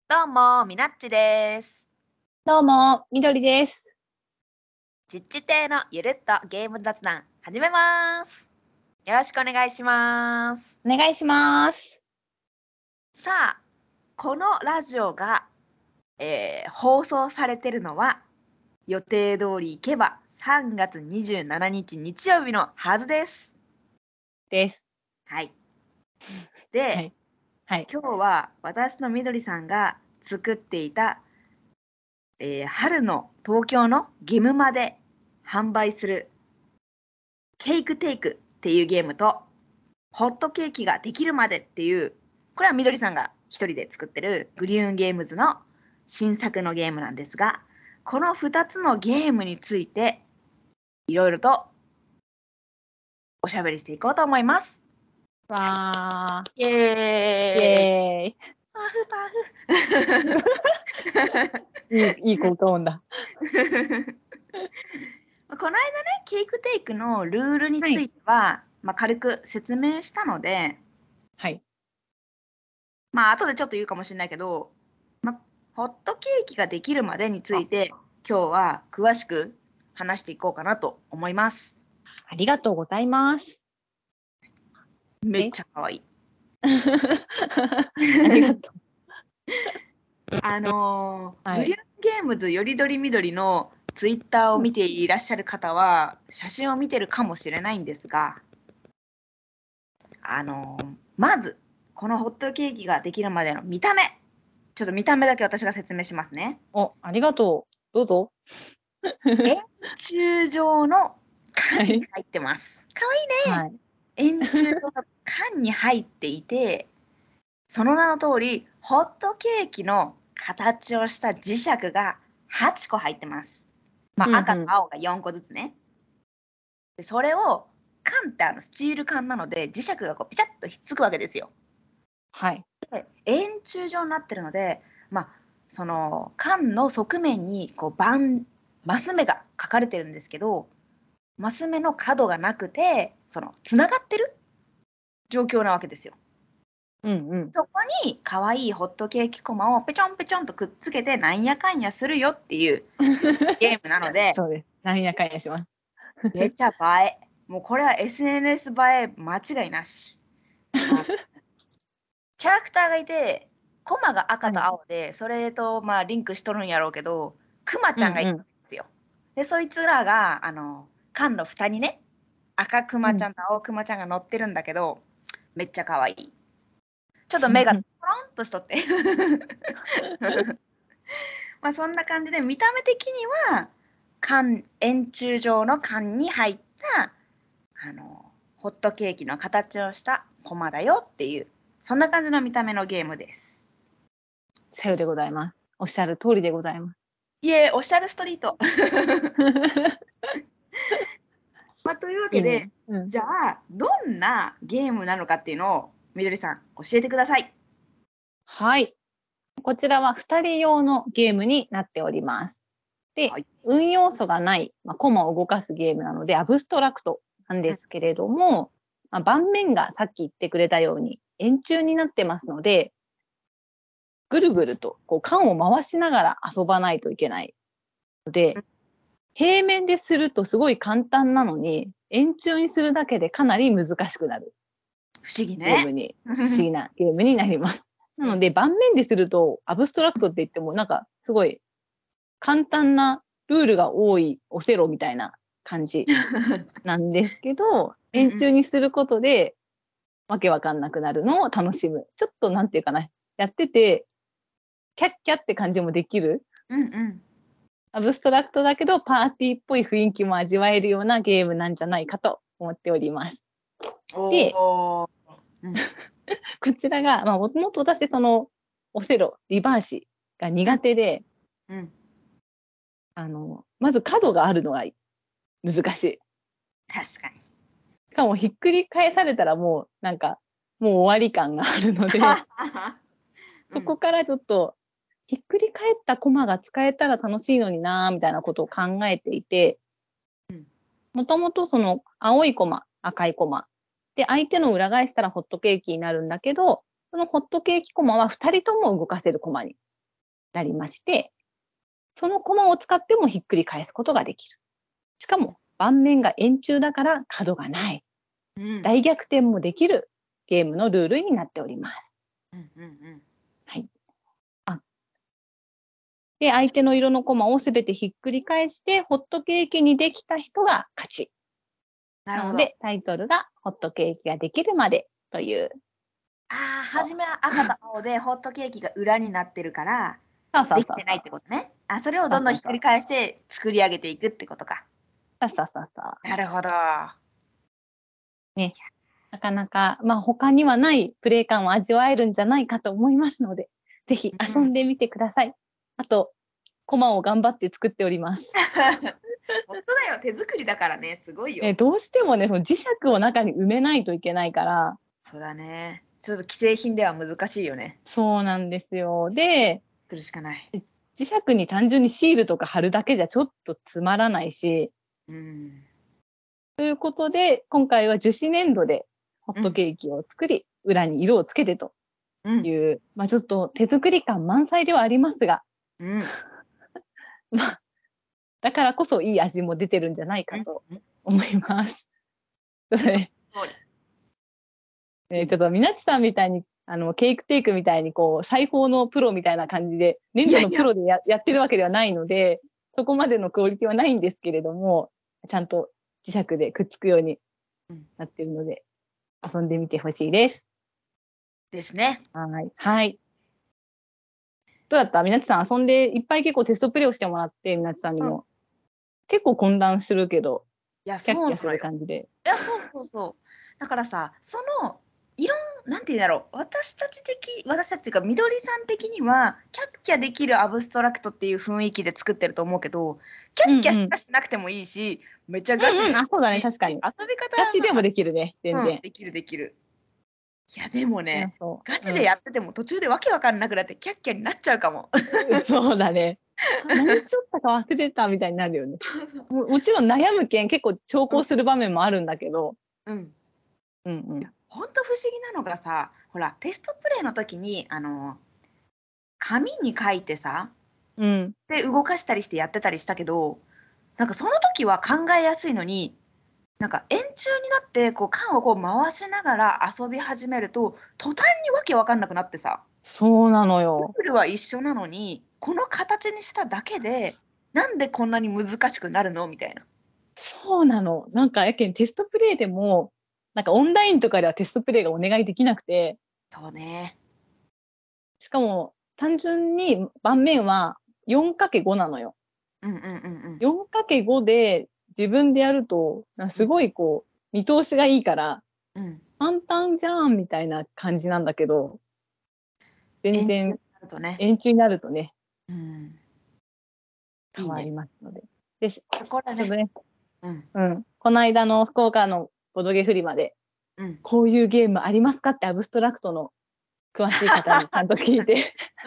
どうも、みなっちです。 どうも、みどりです。 実地亭のゆるっとゲーム雑談始めます。よろしくお願いします。 お願いします。 さあ、このラジオが、放送されてるのは予定通り行けば3月27日日曜日のはずです。 です。 はい。で、 はい。はい。 今日は私のみどりさんが作っていた、春の東京のゲムマで販売するケイクテイクっていうゲームとホットケーキができるまでっていう、これはみどりさんが一人で作ってるグリューンゲームズの新作のゲームなんですが、この2つのゲームについていろいろとおしゃべりしていこうと思います。 わイエーイ。 ー。イエパフパフ。 ーイ。いい効果音だ。 この間ね、ケイクテイクのルールにはい。 ついては、軽く説明したので、 はい。 後でちょっと言うかもしれないけど、ホットケーキができるまでについて今日は詳しく話していこうかなと思います。 ありがとうございます。 めっちゃ可愛い。 ありがとう。 グリューンゲームズよりどりみどりのツイッターを見ていらっしゃる方は、写真を見てるかもしれないんですが、まずこのホットケーキができるまでの見た目、ちょっと見た目だけ私が説明しますね。 ありがとう。どうぞ。 円柱状の缶に入ってます。可愛いね。円柱状の缶に入っていて、その名の通りホットケーキの形をした磁石が8個入ってます。赤と青が4個ずつね。でそれを缶ってスチール缶なので磁石がピタッとひっつくわけですよ。 はい。 で円柱状になってるので、その缶の側面にマス目が書かれてるんですけど、マス目の角がなくてつながってる状況なわけですよ。そこに可愛いホットケーキコマをペチョンペチョンとくっつけてなんやかんやするよっていうゲームなのでそうです。なんやかんやします。 めちゃ映え。もうこれは SNS 映え間違いなし。キャラクターがいてコマが赤と青で、それとリンクしとるんやろうけど、クマちゃんがいるんですよ。でそいつらが缶の蓋にね、赤クマちゃんと青クマちゃんが乗ってるんだけど、めっちゃ可愛い。ちょっと目がポロンとしとってそんな感じで見た目的には円柱状の缶に入ったホットケーキの形をしたコマだよっていう、そんな感じの見た目のゲームです。 さようでございます。おっしゃる通りでございます。 いえ、おっしゃるストリート。というわけで、じゃあどんなゲームなのかっていうのをみどりさん教えてください。 はい。こちらは2人用のゲームになっております。で、運要素がない、コマを動かすゲームなのでアブストラクトなんですけれども、盤面がさっき言ってくれたように円柱になってますので、ぐるぐると缶を回しながら遊ばないといけないので、平面でするとすごい簡単なのに円柱にするだけでかなり難しくなる。 不思議ね。 不思議なゲームになります。なので盤面でするとアブストラクトって言ってもなんかすごい簡単なルールが多いオセロみたいな感じなんですけど、円柱にすることでわけわかんなくなるのを楽しむ。ちょっとなんていうかな、やっててキャッキャって感じもできる。アブストラクトだけどパーティーっぽい雰囲気も味わえるようなゲームなんじゃないかと思っております。で、こちらがもともと私そのオセロリバーシが苦手で、まず角があるのが難しい。 確かに。 しかもひっくり返されたらもうなんかもう終わり感があるのでそこからちょっとひっくり返ったコマが使えたら楽しいのになみたいなことを考えていて、もともとその青いコマ赤いコマで相手の裏返したらホットケーキになるんだけど、そのホットケーキコマは2人とも動かせるコマになりまして、そのコマを使ってもひっくり返すことができる。しかも盤面が円柱だから角がない。 うん大逆転もできるゲームのルールになっております。 うんうんはい。で、相手の色のコマをすべてひっくり返して、ホットケーキにできた人が勝ち。 なるほど。 なので、タイトルがホットケーキができるまでという。 初めは赤と青でホットケーキが裏になってるからそうそうそうできてないってことね。それをどんどんひっくり返して作り上げていくってことか。 そうそうそうそう。 なるほど。 ね。なかなか、他にはないプレイ感を味わえるんじゃないかと思いますので、ぜひ遊んでみてください。あと、コマを頑張って作っております。 本当だよ、手作りだからね、すごいよ。 どうしてもね、その磁石を中に埋めないといけないから。 そうだね。ちょっと既製品では難しいよね。 そうなんですよ。で、 作るしかない。 磁石に単純にシールとか貼るだけじゃちょっとつまらないし、ということで、今回は樹脂粘土でホットケーキを作り、裏に色をつけてという、ちょっと手作り感満載ではありますが、だからこそいい味も出てるんじゃないかと思います。ちょっとみなちさんみたいにケークテイクみたいに裁縫のプロみたいな感じで粘土のプロで やってるわけではないので、そこまでのクオリティはないんですけれども、ちゃんと磁石でくっつくようになってるので、遊んでみてほしいです。 ですね。 はい。どうだった？みなちさん遊んでいっぱい結構テストプレイをしてもらって、みなちさんにも、結構混乱するけど、キャッキャする感じで。 そう。だからさ、なんていうんだろう、私たちっていうか、みどりさん的には、キャッキャできるアブストラクトっていう雰囲気で作ってると思うけど、キャッキャしなくてもいいし、めっちゃガチで。 そうだね、確かに。 遊び方はガチでもできるね、全然。 できる。いや、でもね、ガチでやってても途中でわけわかんなくなってキャッキャになっちゃうかも。 そうだね。何しとったか忘れたみたいになるよね。もちろん悩むけん結構長考する場面もあるんだけど。 ほんと不思議なのがさ、ほらテストプレイの時に紙に書いてさ、で動かしたりしてやってたりしたけど、なんかその時は考えやすいのに、なんか円柱になって缶を回しながら遊び始めると途端にわけわかんなくなってさ。 そうなのよ。 ルールは一緒なのにこの形にしただけでなんでこんなに難しくなるのみたいな。 そうなの。なんかやけんテストプレイでもなんかオンラインとかではテストプレイがお願いできなくて。 そうね。 しかも単純に盤面は 4×5 なのよ。4×5 で自分でやるとすごい見通しがいいから、簡単じゃんみたいな感じなんだけど、全然円柱になるとね、変わりますので。で、ちょっとね、この間の福岡のボドゲフリマで、こういうゲームありますかってアブストラクトの詳しい方にちゃんと聞いて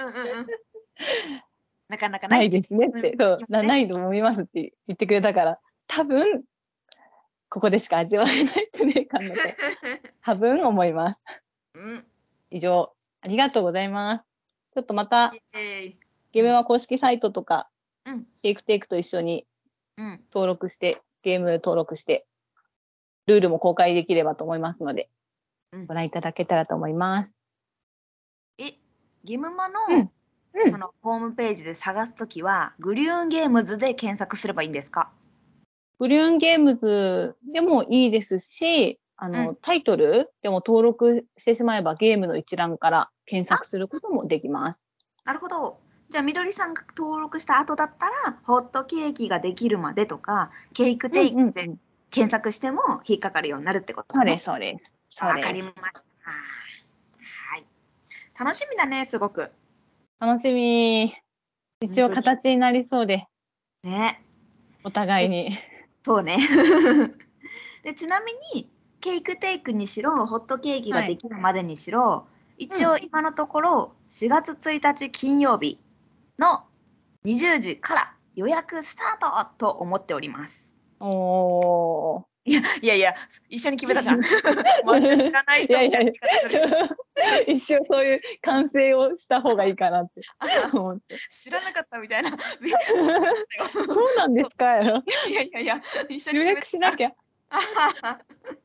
なかなかないですねって、ないと思いますって言ってくれたから、多分ここでしか味わえないプレイ感だと多分思います。以上、ありがとうございます。ちょっとまたゲームは公式サイトとかテイクテイクと一緒に登録して、ゲーム登録してルールも公開できればと思いますので、ご覧いただけたらと思います。 ゲームマのそのホームページで探すときはグリューンゲームズで検索すればいいんですか？ グリューンゲームズでもいいですし、タイトルでも登録してしまえばゲームの一覧から検索することもできます。 なるほど。じゃあみどりさんが登録した後だったらホットケーキができるまでとかケークテイクで検索しても引っかかるようになるってことね。そうです。 わかりました。はい。楽しみだね、すごく。 楽しみ。一応形になりそうで。 ね。 お互いに。 そうね。で、ちなみにケークテイクにしろホットケーキができるまでにしろ、一応今のところ4月1日金曜日の20時から予約スタートと思っております。 いやいや、一緒に決めたじゃん。周りの知らない人みたいな言い方する。 一生そういう完成をした方がいいかなって思って。 知らなかったみたいな。 そうなんですかやろ。 いや、一緒に予決め約しなきゃ。 た。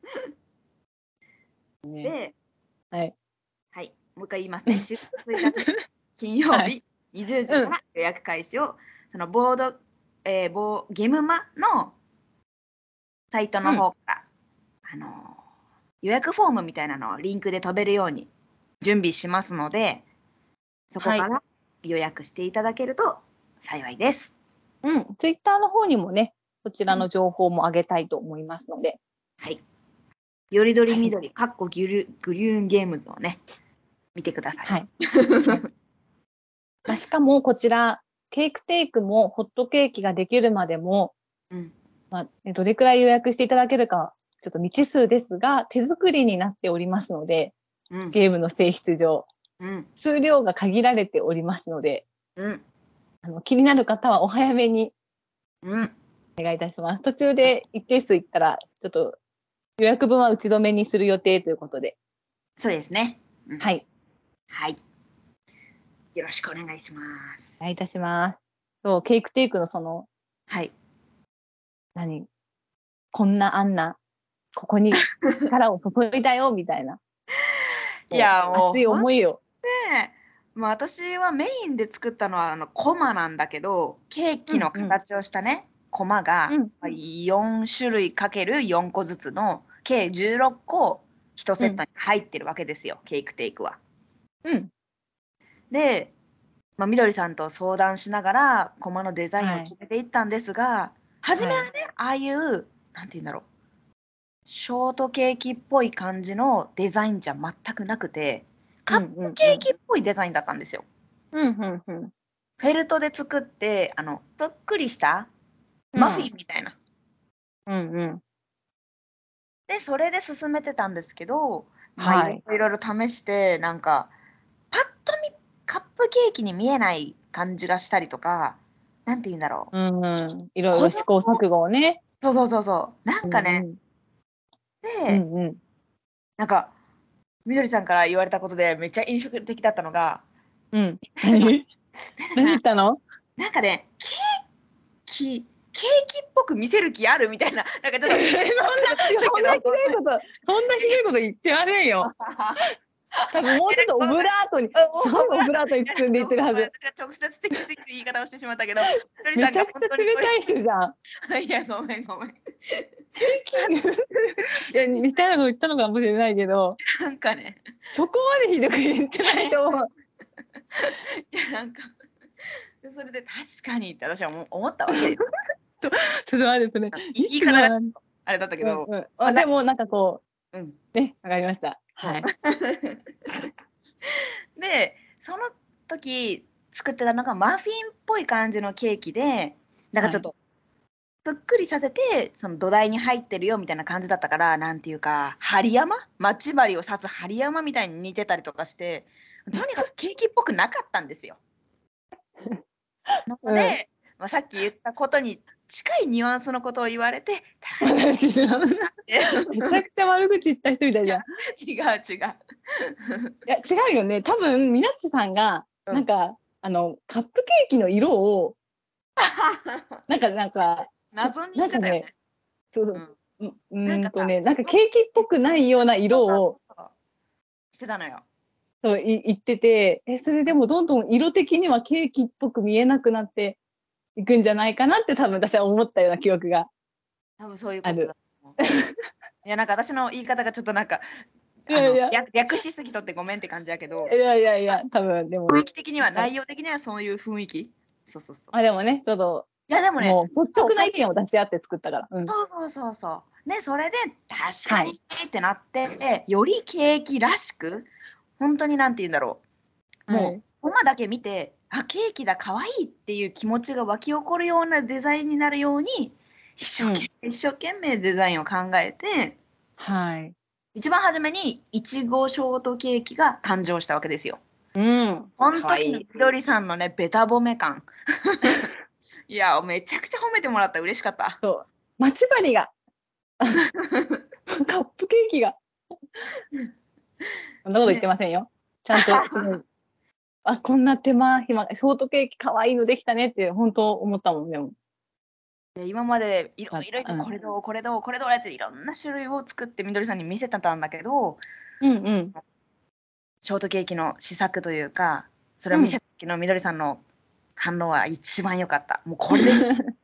ね、 で、 はい。 はい、もう一回言いますね。4月1日金曜は日20時から予約開始を、そのボード、ゲムマのサイトの方から、予約フォームみたいなのをリンクで飛べるように準備しますので、そこから予約していただけると幸いです。 ツイッターの方にもね、こちらの情報も上げたいと思いますので。 はい。よりどりみどり、かっこグリューンゲームズをね、見てください。 はい。しかもこちら、ケークテイクもホットケーキができるまでも、どれくらい予約していただけるか、ちょっと未知数ですが、手作りになっておりますので、ゲームの性質上、数量が限られておりますので、気になる方はお早めにお願いいたします。途中で一定数いったら、ちょっと予約分は打ち止めにする予定ということで。 そうですね。 はい。 はい。よろしくお願いします。 お願いいたします。そう、ケークテイクのはい。 こんなあんな、ここに力を注いだよ、みたいな。 いや、もう。 熱い思いを。 私はメインで作ったのはコマなんだけど、ケーキの形をしたね、コマが4種類かける4個ずつの計16個1セットに入ってるわけですよ、ケークテイクは。で、みどりさんと相談しながらコマのデザインを決めていったんですが、初めはね、ああいうなんて言うんだろう、ショートケーキっぽい感じのデザインじゃ全くなくて、カップケーキっぽいデザインだったんですよ。フェルトで作ってぷっくりしたマフィンみたいな。でそれで進めてたんですけど、いろいろ試してなんかパッと見カップケーキに見えない感じがしたりとか、なんて言うんだろう。 いろいろ試行錯誤をね。 そうなんかね。で、なんかみどりさんから言われたことでめっちゃ印象的だったのが、 何言ったの？ なんかね、ケーキっぽく見せる気あるみたいな、なんかちょっとそんなひどいこと言ってませんよ。多分もうちょっとオブラートに、すごいオブラートに包んでいってるはず。 直接的すぎる言い方をしてしまったけど、 めちゃくちゃ冷たい人じゃん。 いや、ごめん。 いや、似たようなこと言ったのかもしれないけど、 なんかね、 そこまでひどく言ってないと思う。 いや、なんか、それで確かにって私は思ったわけ。 ちょっと待ってね。 言い方があれだったけど。 でもなんかこう、ね、わかりました。 はい。で、その時作ってたのがマフィンっぽい感じのケーキで、なんかちょっとぷっくりさせて、その土台に入ってるよみたいな感じだったから、なんていうか、針山？待ち針を刺す針山みたいに似てたりとかして、とにかくケーキっぽくなかったんですよ。なので、さっき言ったことに近いニュアンスのことを言われて、 めちゃくちゃ悪口言った人みたいじゃん。 違う。 いや、違うよね。多分、みなっちさんが、なんか、カップケーキの色を、なんか、 謎にしてたよね。 なんかケーキっぽくないような色をしてたのよ。 そう言ってて、それでもどんどん色的にはケーキっぽく見えなくなっていくんじゃないかなって多分私は思ったような記憶が多分そういうことだと思う。いや、なんか私の言い方がちょっとなんか略しすぎとってごめんって感じやけど、 いや多分でも雰囲気的には、内容的にはそういう雰囲気。そうでもね、ちょっと、 いやでもね、 もう率直な意見を出し合って作ったから。 そうね、それで確かにってなって、よりケーキらしく、本当になんて言うんだろう、もうコマだけ見て、あ、ケーキだ、可愛いっていう気持ちが湧き起こるようなデザインになるように一生懸命デザインを考えて、一番初めにいちごショートケーキが誕生したわけですよ。本当にみどりさんのね、ベタ褒め感。いや、めちゃくちゃ褒めてもらった。嬉しかった。 そう、待ち針がカップケーキが。そんなこと言ってませんよ。ちゃんとすごい、あ、こんな手間暇、ショートケーキ可愛いのできたねって本当思ったもん、でも。 で今までいろいろうんこれどうこれどうこれどうやっていろんな種類を作ってみどりさんに見せてたんだけど、 うんうん。 ショートケーキの試作というか、それをうん見せた時のみどりさんの反応は一番良かった。もうこれでいい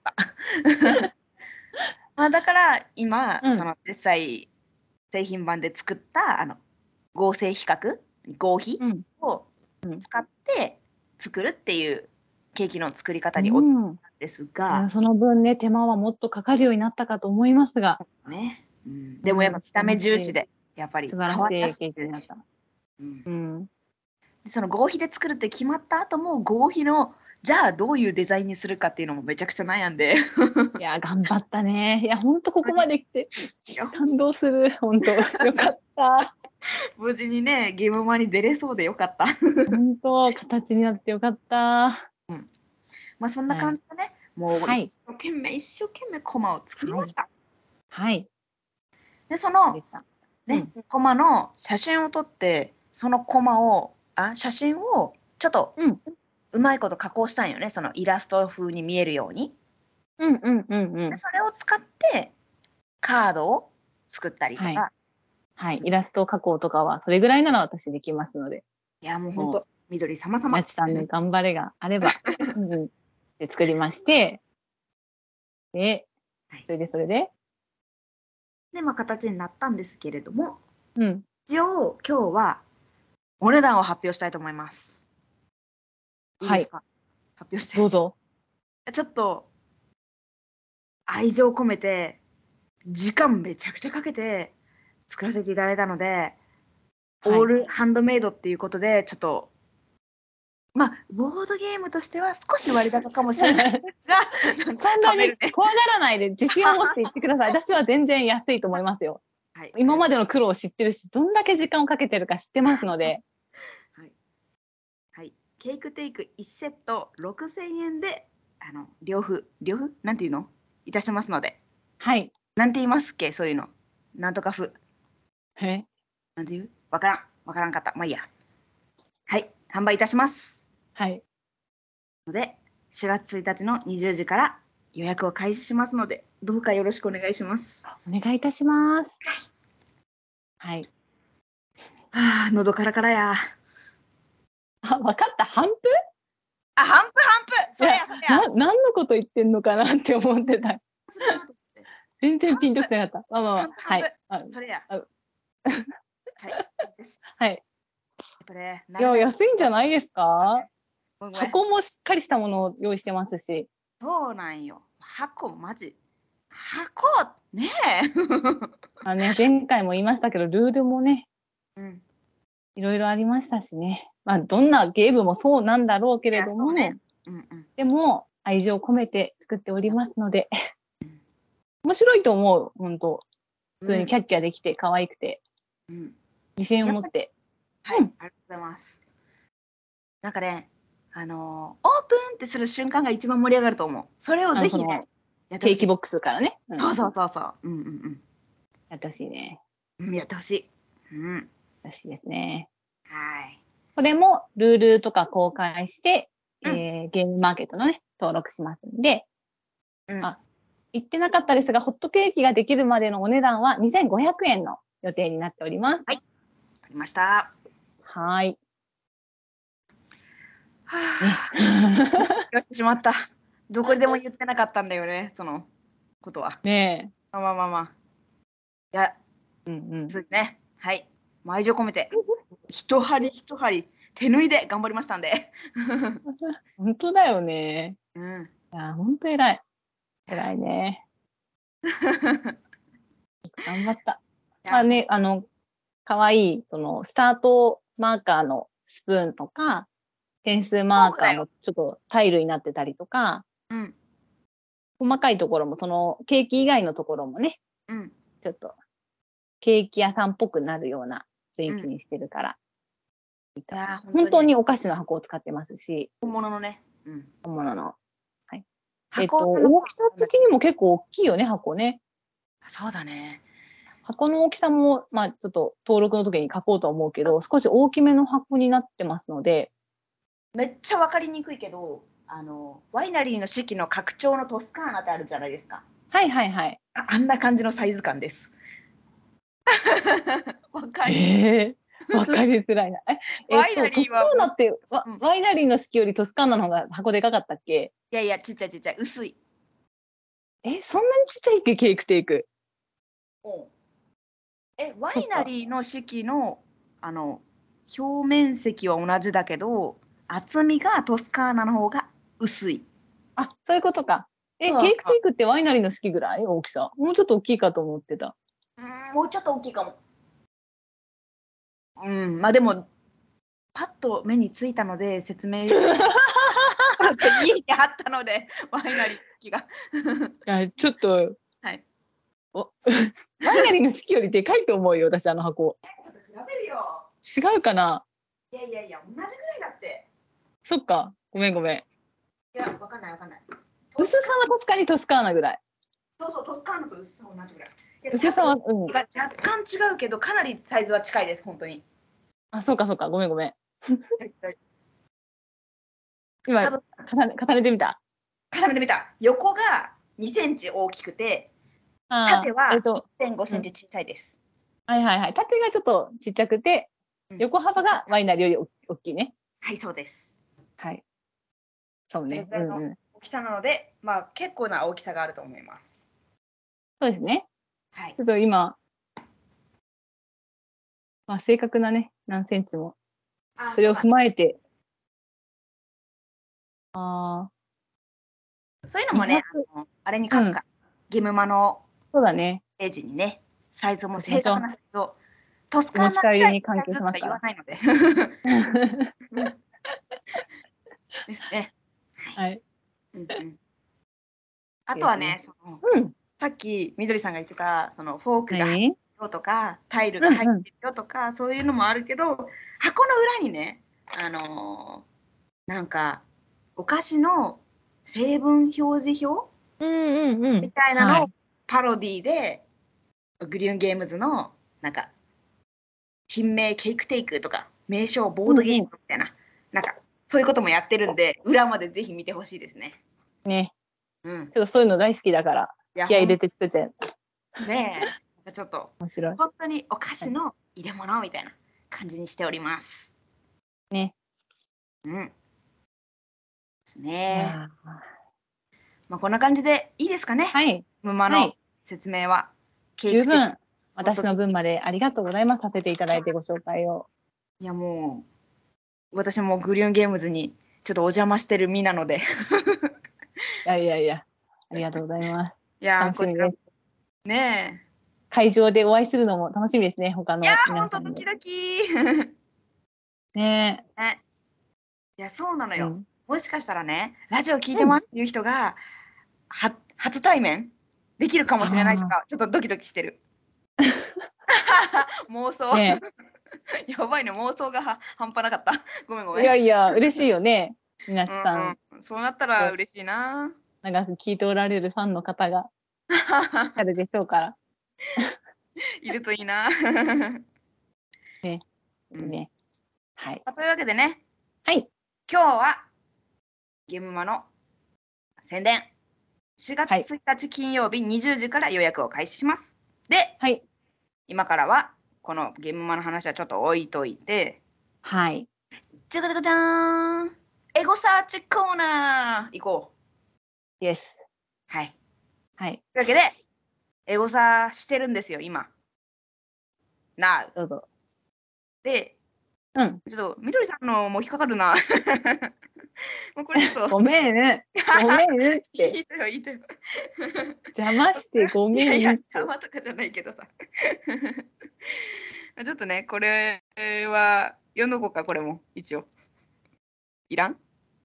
まあだから今、 うんその実際製品版で作った合成比較合皮うんをうん使って作るっていうケーキの作り方にう落ちたんん。 ですいがや、、その分ね、手間はもっとかかるようになったかと思いますが、 ね、でもやっぱうん、 見た目重視でやっぱり素晴らし可愛らしいケーキにないった。 うんうん。 でその合皮で作るって決まった後も合皮のじゃあどういうデザインにするかっていうのもめちゃくちゃ悩んでいや、頑張ったね。いや、ほんとここまで来ていや感動する。ほんと、よかった。 無事にねゲームマに出れそうでよかったほんと、形になってよかった。 まあそんなはい。 感じでねもうはい。 一生懸命コマを作りはい。 ましたはい。 でそのでした。うねん。 コマの写真を撮ってそのコマを写真をちょっとうん。 うまいこと加工したんよねそのイラスト風に見えるようにうんうんうんうん。 でそれを使ってカードを作ったりとはい。 かはい。イラスト加工とかは、それぐらいなら私できますので、 いやもうほんもと緑様う、な 々 ちさんの頑張れがあれば、うんうん。で、作りまして、で、 はいそれで、 でまあ形になったんですけれどもうん。 一応今日はお値段を発表したいと思いますいいはい。 ですか発表してどうぞ。 ちょっと愛情込めて時間めちゃくちゃかけて作らせていただいたのでオーはい。 ルハンドメイドっていうことでちょっとまあボードゲームとしては少し割高かもしれないがそんなに食べるね怖がらないで自信を持って言ってください。私は全然安いと思いますよ。 はい今までの苦労を知ってるし、どんだけ時間をかけてるか知ってますので、 はい、はい、ケークテイク1セット6000円で両夫なんていうのいたしますのではい。 なんて言いますっけそういうのなんとか風え、 なんていうわからんかったまあいいやはい販売いたしますはい。 ので4月1日の20時から予約を開始しますのでどうかよろしくお願いしますお願いいたします。はい。 はあ喉カラカラやあ、わかった。反復？ 反復そいや、 れやそれや何のこと言ってんのかなって思ってた。全然ピンときてなかった。まあまあまあ、はい。 それやあはいですはい。 これいや、安いんじゃないですか？ ごめんごめん箱もしっかりしたものを用意してますし。 そうなんよ箱マジ箱ねね、前回も言いましたけど、ルールもね、 えうんいろいろありましたしね。まあ、どんなゲームもそうなんだろうけいやれども、 そうねうんうんでも、愛情を込めて作っておりますので、面白いと思う、本当普通にキャッキャできて、可愛くて、 うん自信をやっぱり持って。 はい、 うんありがとうございますなんかねオープンってする瞬間が一番盛り上がると思うそれをぜひねその、 やってほしいケーキボックスからね。 そうそうそうそううんうんやってほしいね。 うんやってほしいうんやってほしいですね。 はいこれも、ルールとか公開して、 うんゲームマーケットのね、登録しますんで、 うんあ、言ってなかったですが、ホットケーキができるまでのお値段は2500円の予定になっております。 はいわかりましたはい。 はあ言わせてしまったどこでも言ってなかったんだよねそのことはねまあまあまあまあいやえ。うんうん。 そうですねはい愛情込めて一針一針手縫いで頑張りましたんで本当だよね。 うんいや、本当偉い。偉いね。頑張った。まあね、可愛い、スタートマーカーのスプーンとか、点数マーカーもちょっとタイルになってたりとか、 うん細かいところも、そのケーキ以外のところもね、 うんちょっとケーキ屋さんっぽくなるような雰囲気にしてるから、 いや本当にお菓子の箱を使ってますし、 本物のね、 本物の。はい。 箱大きさ的にも結構大きいよね、箱ね。 そうだね。 箱の大きさも、まあ、ちょっと登録の時に書こうと思うけど、少し大きめの箱になってますので、 めっちゃ分かりにくいけど、ワイナリーの四季の拡張のトスカーナってあるじゃないですか。 はいはいはい。 あんな感じのサイズ感です。わかりわかりづらいな。 ワイナトスカリーはーナって、 うん、 ワイナリーの式よりトスカーナの方が箱でかかったっけ？ いやいや、ちっちゃいちっちゃい、薄い。 そんなにちっちゃいっけ、ケークテイク。 うんワイナそっか。 リーの式の表面積は同じだけど、厚みがトスカーナの方が薄い。 あ、そういうことか。ケーうんクテイクってワイナリーの式ぐらい大きさ？もうちょっと大きいかと思ってた。 もうちょっと大きいかも。まあでも、パッと目についたので説明家にあったので、ワイナリー式が。 ちょっと、 はい。 ワイナリーの式よりでかいと思うよ、私、あの箱。 ちょっと比べるよ。 違うかな？ いやいやいや、同じぐらいだって。 そっか。ごめんごめん。 いや、わかんないわかんない。 薄さは確かにトスカーナぐらい。 そうそう、トスカーナと薄さ同じぐらい。 薄さは、 若干違うけど、かなりサイズは近いです、本当に。 あ、そうかそうか。ごめんごめん。今、 多分重ねてみた。 重ねてみた。横が2センチ大きくて、縦は1.5センチ小さいです。 はいはいはい。縦がちょっとちっちゃくて、横幅がワイナリーより大きいね。 はい、そうです。 はい。そうね。 大きさなので、まあ結構な大きさがあると思います。 そうですね。 はい。 ちょっと今、まあ正確なね、何センチも。それを踏まえて。 そういうのもね、あれに書くか。ゲムマのそうだね。 ページにね、サイズも正確なサイズを、トスお持ちカーナぐらい帰りに関係しますから。 言わないので。ですね。 はい。 あとはね、さっきみどりさんが言ってた、そのフォークが入ってるよとか、タイルが入ってるよとか、そういうのもあるけど、箱の裏にね、なんか、お菓子の成分表示表みたいなのをパロディで、グリューンゲームズの、なんか、品名ケイクテイクとか、名称ボードゲームみたいな、なんか、そういうこともやってるんで、裏までぜひ見てほしいですね。 ね。ちょっとそういうの大好きだから、気合い入れて作っちゃう。 ねえ、ちょっと、 面白い。 本当にお菓子の入れ物みたいな感じにしております。 ね。 ですね。まあ、こんな感じでいいですかね。 はい。 馬の説明は。 十分、私の分までありがとうございます。させていただいてご紹介を。 いや、もう、私もグリューンゲームズにちょっとお邪魔してる身なので。 いやいやいや、ありがとうございます。 いや、 楽しみです。 ねえ。 会場でお会いするのも楽しみですね、他の皆さん。 いや、ほんとドキドキ。 ねえ。いや、そうなのよ。もしかしたらね、ラジオ聞いてますっていう人が、初対面できるかもしれないとか、ちょっとドキドキしてる。妄想。やばいね、妄想が半端なかった。ごめんごめん。 いやいや、嬉しいよね、皆さん。 そうなったら嬉しいな。 長く聞いておられるファンの方があるでしょうから。 いるといいな。 ね。はい。 というわけでね。 はい。 今日はゲームマの宣伝。4月1日金曜日20時から予約を開始します。で、今からはこのゲームマの話はちょっと置いといて、 はい。 じゃがじゃがじゃーん。エゴサーチコーナー行こう。Yes。 はい。 はい。 というわけで、エゴサーしてるんですよ、今。Now。 どうぞ。 で、ちょっとみどりさんのも引っかかるな。もうこれちょっと。 ごめんね。ごめんねって。 いいとよ、いいとよ。 邪魔してごめんね。 いやいや、邪魔とかじゃないけどさ。ちょっとね、これは読んどこうか、これも、一応。いらん？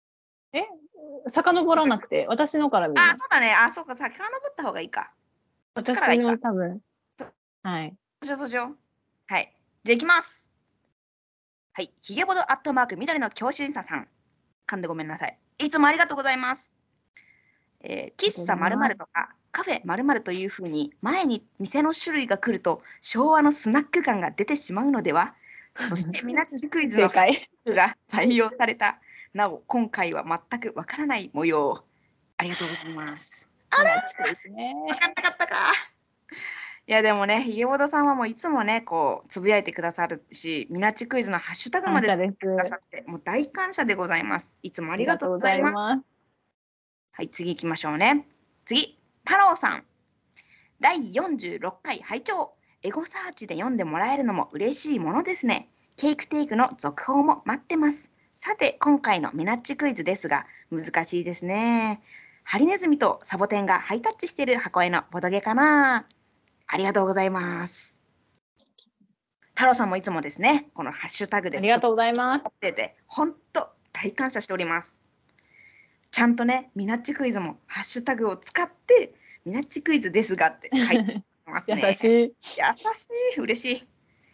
遡らなくて、私のから見る。 そうだね。そうか、遡った方がいいか。 私の多分。はい。 そうしよう。はい。じゃあ、いきます。はい。ひげぼどアットマーク緑の教師さん。噛んでごめんなさい。いつもありがとうございます。 喫茶〇〇とかカフェ〇〇というふうに前に店の種類が来ると昭和のスナック感が出てしまうのでは。そしてミナッチクイズの正解。 ハッシュタグが採用された。なお今回は全くわからない模様。ありがとうございます。 ミナッチですね。 わかんなかったか。いやでもね、ひげぼどさんはもういつもね、こうつぶやいてくださるし、ミナッチクイズのハッシュタグまで感謝ですつけてくださって、もう大感謝でございます。いつもあありがとうございます。 ます。 はい、次行きましょうね。次、太郎さん。第46回拝聴。エゴサーチで読んでもらえるのも嬉しいものですね。ケイクテイクの続報も待ってます。さて、今回のミナッチクイズですが、難しいですね。ハリネズミとサボテンがハイタッチしている箱絵のボドゲかな。ありがとうございます。太郎さんもいつもですね、このハッシュタグでありがとうございます。 てて、本当大感謝しております。ちゃんとね、ミナッチクイズもハッシュタグを使って、ミナッチクイズですがって書いてますね。 優しい。 優しい、嬉しい。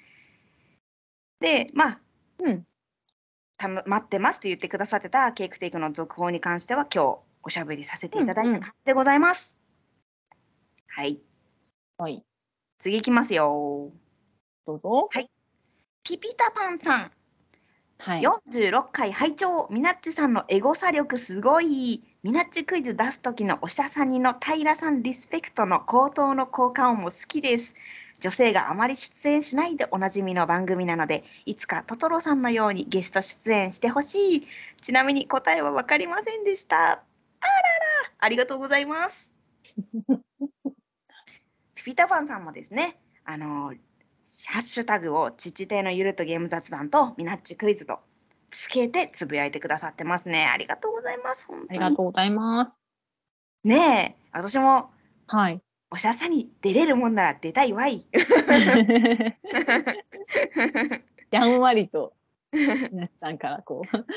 で、まあ、待ってますって言ってくださってたケイクテイクの続報に関しては今日おしゃべりさせていただいた感じでございます。はい。 はい。 次いきますよ。 どうぞ。 はい。ピピタパンさん。 はい。 46回拝聴。ミナッチさんのエゴサ力すごい。ミナッチクイズ出す時のおしゃさにの平さんリスペクトの口頭の効果音も好きです。女性があまり出演しないでおなじみの番組なので、いつかトトロさんのようにゲスト出演してほしい。ちなみに答えは分かりませんでした。あらら、ありがとうございます。ピピタパンさんもですね、ハッシュタグをちち亭のゆるとゲーム雑談とミナッチクイズとつけてつぶやいてくださってますね。ありがとうございます。本当にありがとうございます。 ねえ、私もはい。 おしゃさに出れるもんなら出たいわい。 やんわりと皆さんからこう。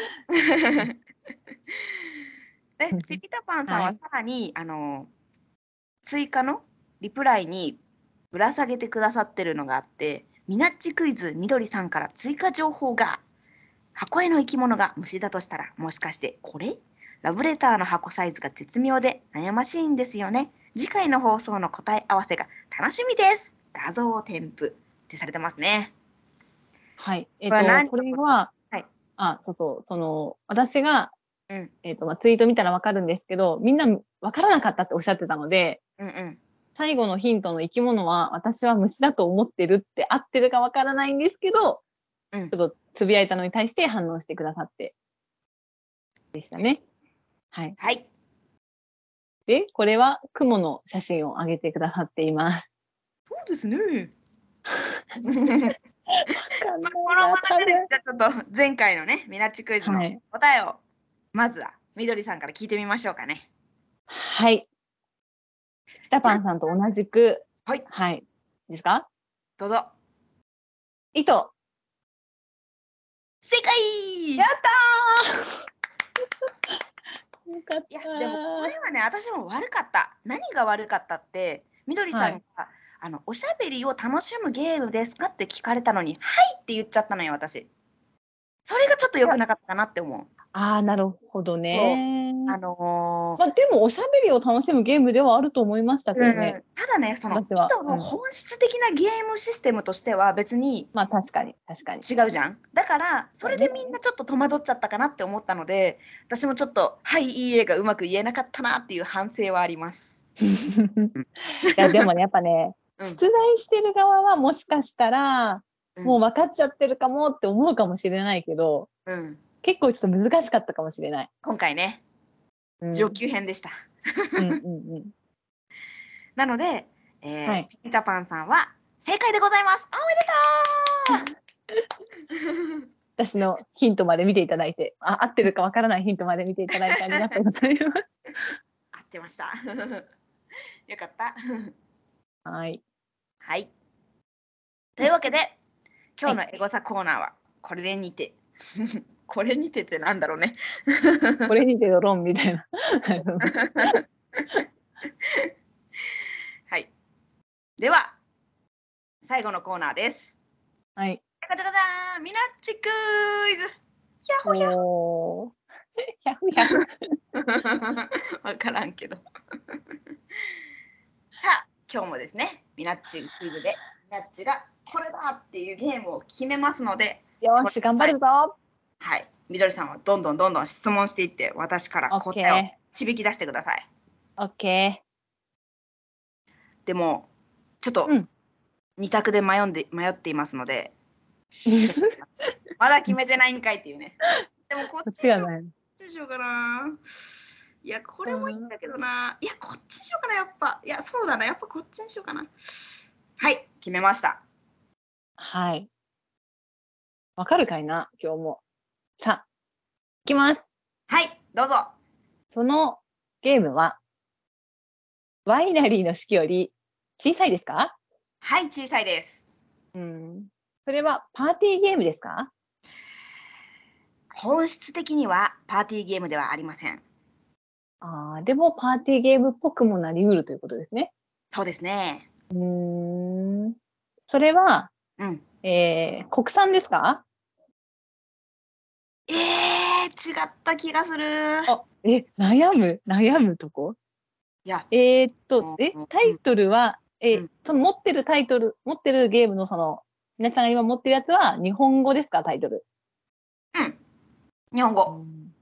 ピピタパンさんははいさらに、追加のリプライにぶら下げてくださってるのがあって、ミナッチクイズみどりさんから追加情報が。箱絵の生き物が虫だとしたら、もしかしてこれ？ラブレターの箱サイズが絶妙で悩ましいんですよね。次回の放送の答え合わせが楽しみです。画像添付ってされてますね。 はい。 これは何これは、 はい、 私が、 うんツイート見たらわかるんですけど、みんなわからなかったっておっしゃってたので、 うんうん、 最後のヒントの生き物は私は虫だと思ってるって合ってるかわからないんですけど、 うん、 ちょっとつぶやいたのに対して反応してくださってでしたね。はい。 はい。 で、これは雲の写真を上げてくださっています。 そうですね。 わかんないこの流れでじゃあちょっと前回のねミナッチクイズの答えを、まずはみどりさんから聞いてみましょうかね。 はい。ピタパンさんと同じく、 はい。 はい。ですか？ どうぞ。 糸。 正解。 やったー。よかった。 いやでもこれはね私も悪かった。何が悪かったってみどりさんが、はい、おしゃべりを楽しむゲームですかって聞かれたのにはいって言っちゃったのよ私。それがちょっと良くなかったかなって思う。 ああ、なるほどね。 まあ、 でもおしゃべりを楽しむゲームではあると思いましたけどね。 ただね、その糸の本質的なゲームシステムとしては別に、 まあ確かに違うじゃん。だからそれでみんなちょっと戸惑っちゃったかなって思ったので、私もちょっとはいいいえがうまく言えなかったなっていう反省はあります。 いやでもねやっぱね、出題してる側はもしかしたら、もう分かっちゃってるかもって思うかもしれないけど、結構ちょっと難しかったかもしれない。 今回ね、上級編でした。なので、ピタパンさんは正解でございます。おめでとう。 私のヒントまで見ていただいて、合ってるかわからないヒントまで見ていただいてありがとうございます。 合ってました。よかった。 はい。 はい。というわけで、今日のエゴサコーナーはこれにて。これにてってなんだろうね。 これにてドロンみたいな。 はい。では、最後のコーナーです。 はい。 じゃじゃじゃーん、ミナッチクイズ。ヤッホヤッホ。 ヤフヤフ。 わからんけど。さあ、今日もですね、ミナッチクイズで、ミナッチがこれだっていうゲームを決めますので、 よし、頑張るぞ。 はい、みどりさんはどんどん質問していって、私から答えを導き出してください。 オッケー。でも、ちょっと2択で迷っていますので、まだ決めてないんかいっていうね。でもこっちにしようかな。いや、これもいいんだけどな。いや、こっちにしようかな、やっぱ。いや、そうだな。やっぱこっちにしようかな。はい、決めました。 はい。わかるかいな、今日も。さあ、いきます。 はい、どうぞ。 そのゲームは、ワイナリーの式より小さいですか？ はい、小さいです。 それはパーティーゲームですか？ 本質的にはパーティーゲームではありません。 でもパーティーゲームっぽくもなりうるということですね。 そうですね。 それは、 国産ですか？ 違った気がする。 悩むとこ？ いや、 タイトルは、その持ってるゲームの皆さんが今持ってるやつは日本語ですか、タイトル？ 日本語。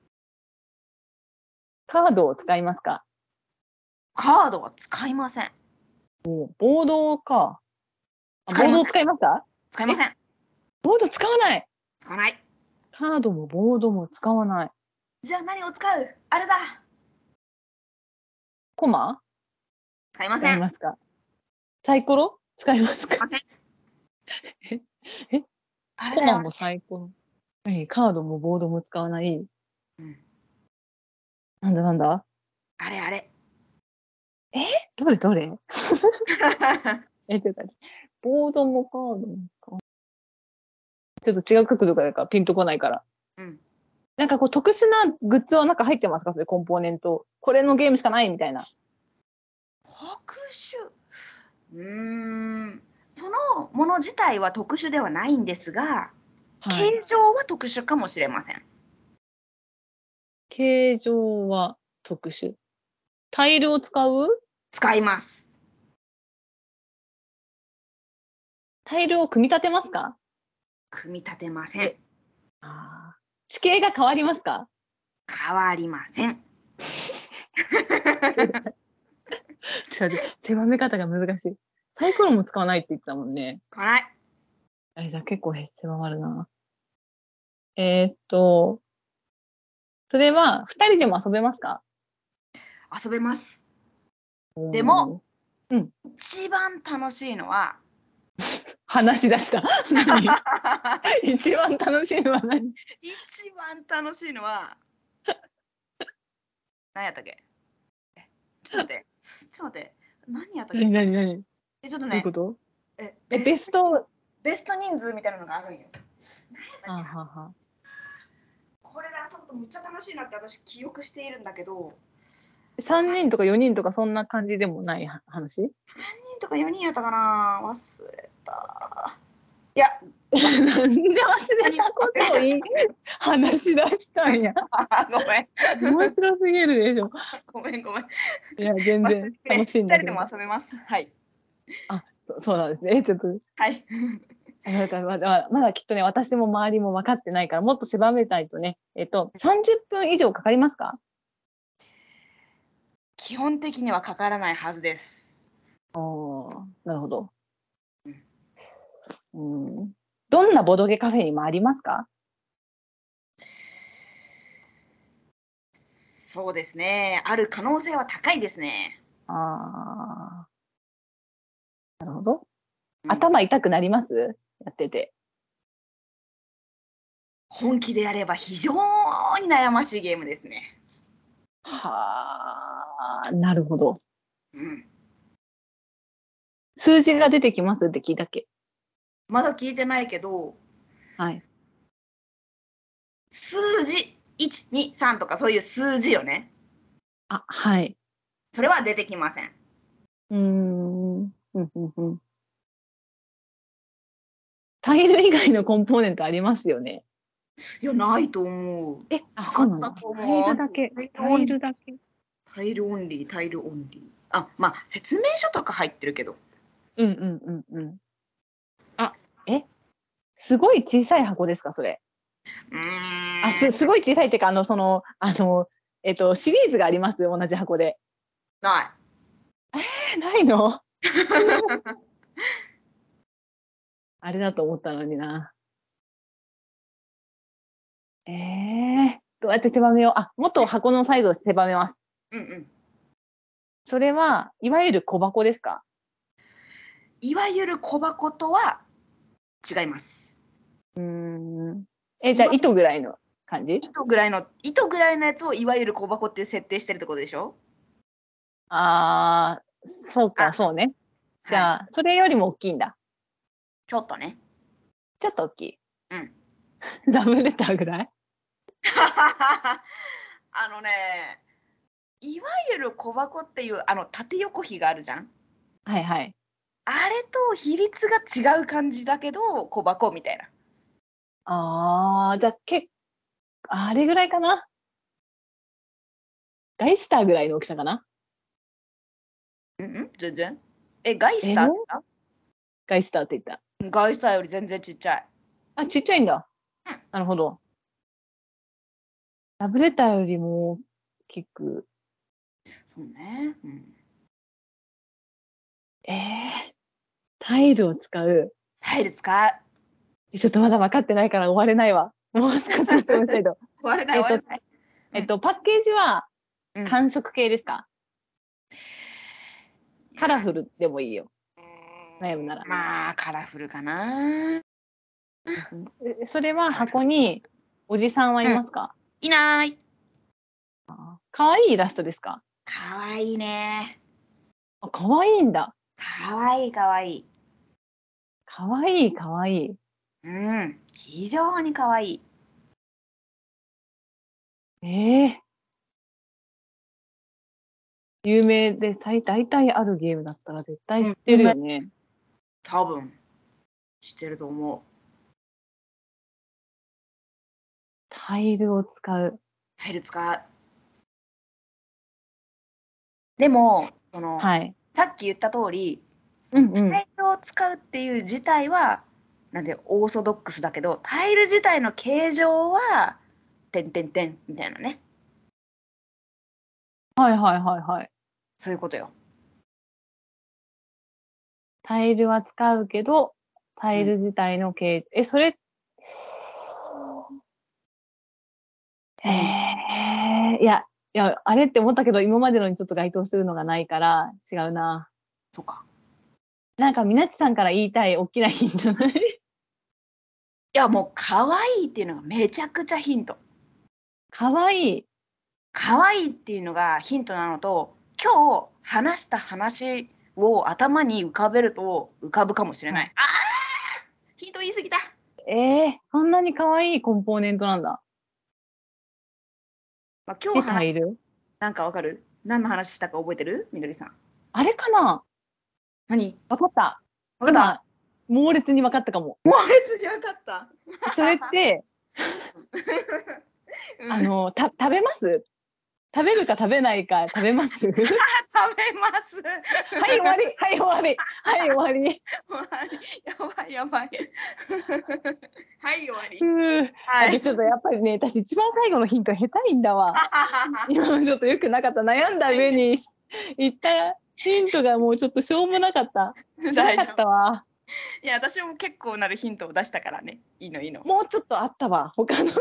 カードを使いますか？ カードは使いません。 ボードか。ボードを使いますか？ 使いません。 ボード使わない。 使わない。 カードもボードも使わない。 じゃあ何を使う？あれだ。 コマ？ 使いません。 使いますか？サイコロ？使いますか？コマもサイコロ。カードもボードも使わない。なんだあれ。 どれボードもカードもか。ちょっと違う角度からピンとこないから。なんかこう特殊なグッズはなんか入ってますか？それコンポーネント。これのゲームしかないみたいな。 特殊。そのもの自体は特殊ではないんですが、形状は特殊かもしれません。 形状は特殊。タイルを使う？ 使います。 タイルを組み立てますか？ 組み立てません。 地形が変わりますか？ 変わりません。 狭め方が難しい。サイコロも使わないって言ってたもんね。 使わない。 じゃあ結構狭まるな。それは2人でも遊べますか？ 遊べます。でも、一番楽しいのは話し出した。一番楽しいのは何？ 一番楽しいのは何やったっけ？ちょっと待って。何やったっけ？ 何？ちょっとね。どういうこと？ベスト人数みたいなのがあるんよ。 何やったっけ？ これで遊ぶとむっちゃ楽しいなって私記憶しているんだけど。 3人とか4人とかそんな感じでもない話？ 3人とか4人やったかな？忘れた。いや、 なんで忘れたことを話し出したんや。 ごめん。 面白すぎるでしょ。 ごめん。いや、全然楽しいんだけど。 2人でも遊べます。はい。 そうなんですね。ちょっと。 はい。 まだきっとね、私も周りも分かってないから、もっと狭めたいとね、30分以上かかりますか？ 基本的にはかからないはずです。 なるほど。どんなボドゲカフェにもありますか？ そうですね。ある可能性は高いですね。 なるほど。頭痛くなります？やってて。 本気でやれば非常に悩ましいゲームですね。 なるほど。数字が出てきますって聞いたっけ？ まだ聞いてないけど、数字1、2、3とかそういう数字よね。 はい。 それは出てきません。 タイル以外のコンポーネントありますよね。 いや、ないと思う。 あ、そうなんだ。 なかったと思うタイルだけ。タイルだけ。 タイルオンリー、タイルオンリー。あ、まあ、説明書とか入ってるけど。 うんうんうんうん。あ、すごい小さい箱ですか、それ。すごい小さいっていうか、シリーズがあります、同じ箱で。 ない。 ないのあれだと思ったのにな。どうやって狭めよう。もっと箱のサイズを狭めます。 うんうん。 それは、いわゆる小箱ですか？ いわゆる小箱とは違います。 じゃあ、糸ぐらいの感じ？ 糸ぐらいのやつをいわゆる小箱って設定してるってことでしょ？ そうか、そうね。じゃあ、それよりも大きいんだ。 ちょっとね。 ちょっと大きい。 うん。 ラブレターぐらい？ いわゆる小箱っていう縦横比があるじゃん。 はいはい。 あれと比率が違う感じだけど小箱みたいな。 じゃああれぐらいかな。ガイスターぐらいの大きさかな。 全然。ガイスターって言っガイスターって言った。 た？ガイスターより全然ちっちゃい。 ちっちゃいんだ。 うんなるほど。ラブレターよりも大きく。 そうね。 タイルを使う。 タイル使う。 ちょっとまだ分かってないから終われないわ。もう少し質問したいと。 終われない終われない。 パッケージは寒色系ですか？カラフルでもいいよ。悩むなら。 まあカラフルかな。 それは箱におじさんはいますか？ いない。 かわいいイラストですか？ かわいいね。 かわいいんだ。 かわいいかわいい。 かわいいかわいい。 非常にかわいい。 有名で大体あるゲームだったら絶対知ってるよね。 多分知ってると思う。 タイルを使う。 タイル使う。でもさっき言った通り、タイルを使うっていう自体はなんでオーソドックスだけど、タイル自体の形状は点々点みたいなね。 はい。 そういうことよ。 タイルは使うけど、タイル自体の形状。それ、いや、あれって思ったけど、今までのにちょっと該当するのがないから違うな。 そうか。 なんか、みなっちさんから言いたい大きなヒントない？ いや、もう可愛いっていうのがめちゃくちゃヒント。 可愛い。 可愛いっていうのがヒントなのと、今日話した話を頭に浮かべると浮かぶかもしれない。ヒント言い過ぎた。 そんなに可愛いコンポーネントなんだ。 今日話したなんかわかる？何の話したか覚えてる？みどりさん。 あれかな？ 何？ わかった。 わかった。 猛烈に分かったかも。 猛烈に分かった。 それって、食べます？食べるか食べないか食べます？ 食べます。 はい終わり。 やばい。はい終わり。 ちょっとやっぱりね、私一番最後のヒント下手いんだわ。今のちょっとよくなかった。悩んだ上に言ったヒントがもうちょっとしょうもなかった。しなかったわ。 いや、私も結構なるヒントを出したからね。いいの。 もうちょっとあったわ。他のこと。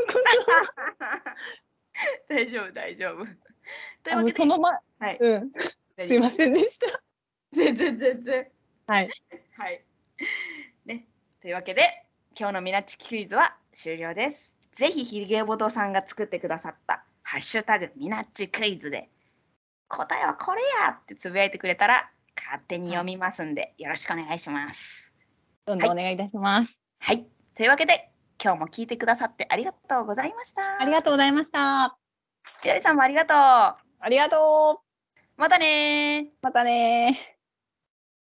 大丈夫。というわけで、 すいませんでした。 全然。 はい。 ね。というわけで、今日のみなっちクイズは終了です。ぜひひげぼとさんが作ってくださったハッシュタグみなっちクイズで答えはこれやってつぶやいてくれたら勝手に読みますんで、よろしくお願いします。 どんどんお願いいたします。 はい。というわけで、今日も聞いてくださってありがとうございました。 ありがとうございました。 ひらりさんもありがとう。 ありがとう。 またね。